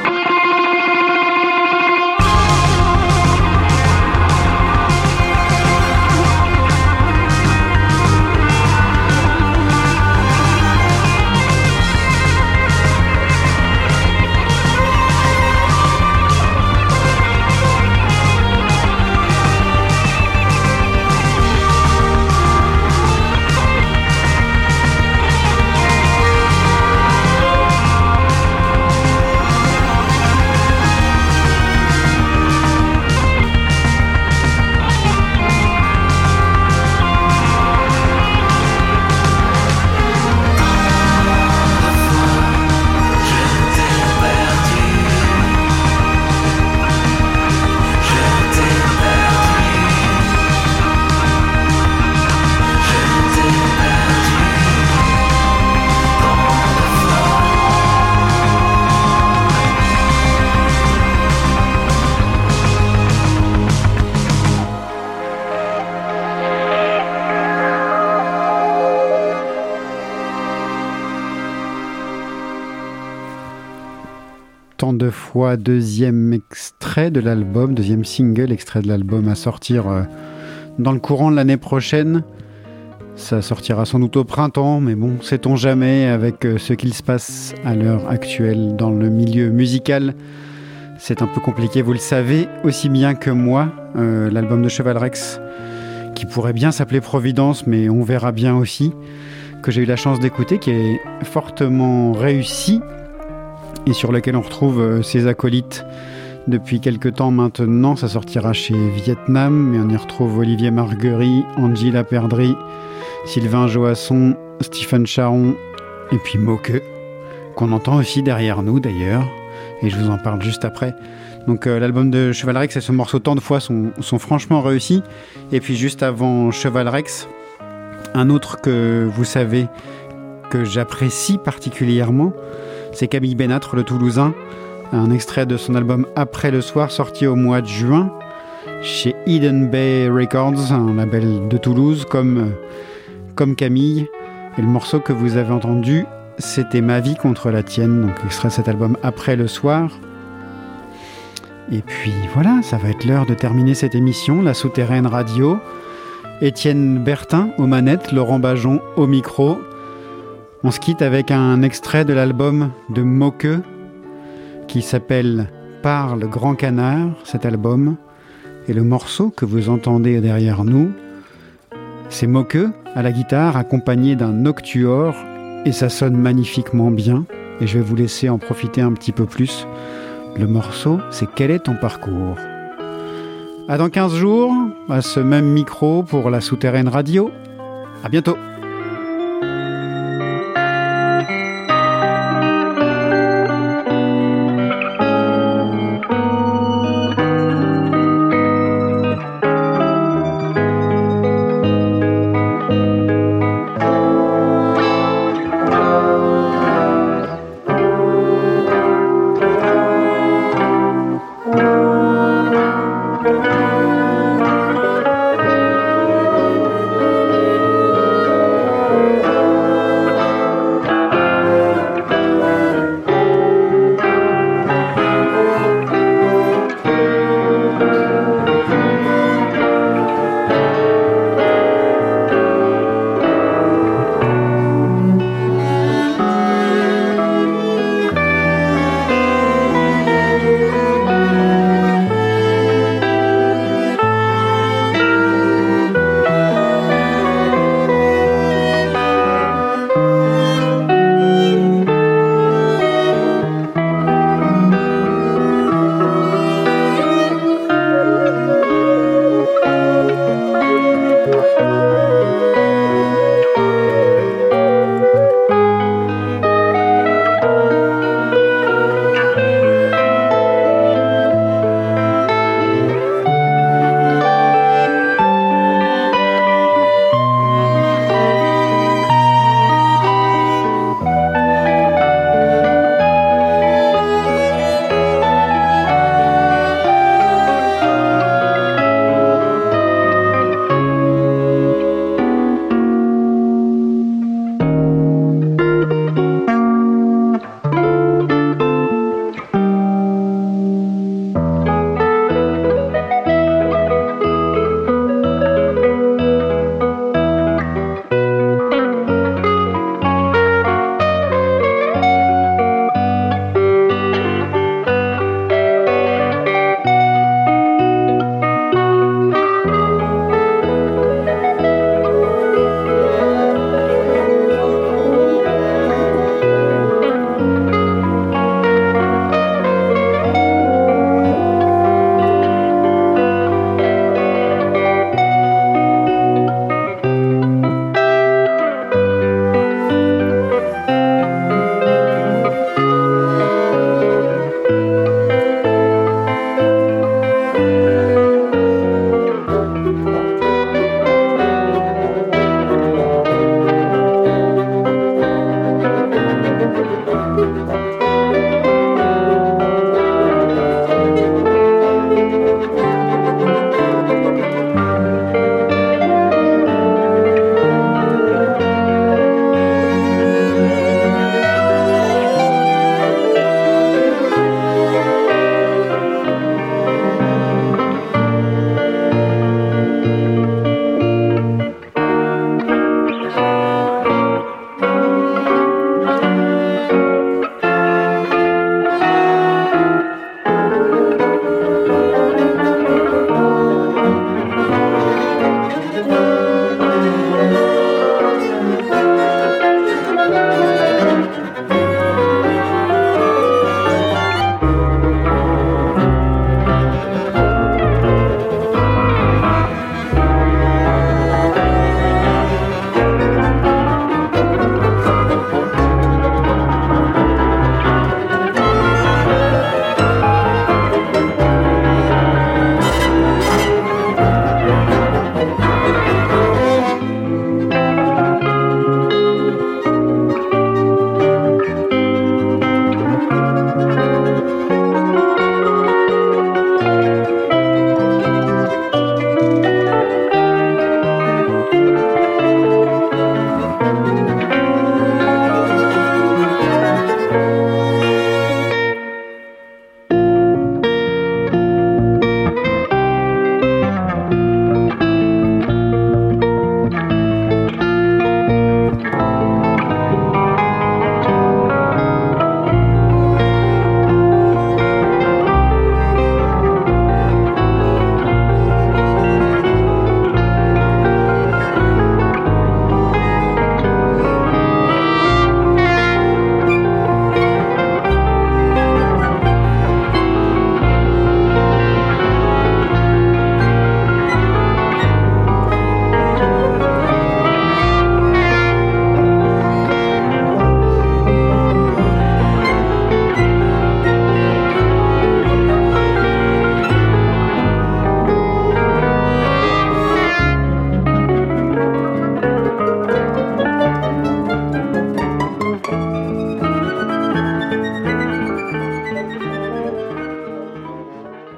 Tant de fois, deuxième extrait de l'album, deuxième single, extrait de l'album à sortir euh, dans le courant de l'année prochaine. Ça sortira sans doute au printemps, mais bon, sait-on jamais avec euh, ce qu'il se passe à l'heure actuelle dans le milieu musical. C'est un peu compliqué, vous le savez aussi bien que moi. Euh, l'album de Cheval Rex, qui pourrait bien s'appeler Providence, mais on verra bien aussi, que j'ai eu la chance d'écouter, qui est fortement réussi, et sur lequel on retrouve euh, ses acolytes depuis quelques temps maintenant. Ça sortira chez Vietnam, mais on y retrouve Olivier Marguerie, Angie Laperdrie, Sylvain Joasson, Stephen Charon, et puis Moque, qu'on entend aussi derrière nous d'ailleurs, et je vous en parle juste après. Donc euh, l'album de Cheval Rex et ce morceau Tant de fois sont, sont franchement réussis. Et puis juste avant Cheval Rex, un autre que vous savez que j'apprécie particulièrement, c'est Camille Bénatre, le Toulousain, un extrait de son album Après le soir, sorti au mois de juin chez Eden Bay Records, un label de Toulouse, comme, comme Camille. Et le morceau que vous avez entendu, c'était Ma vie contre la tienne, donc extrait de cet album Après le soir. Et puis voilà, ça va être l'heure de terminer cette émission, La Souterraine Radio. Étienne Bertin aux manettes, Laurent Bajon au micro. On se quitte avec un extrait de l'album de Moque qui s'appelle Parle Grand Canard, cet album. Et le morceau que vous entendez derrière nous, c'est Moque à la guitare accompagné d'un octuor, et ça sonne magnifiquement bien. Et je vais vous laisser en profiter un petit peu plus. Le morceau, c'est Quel est ton parcours ? À dans quinze jours, à ce même micro pour La Souterraine Radio. À bientôt.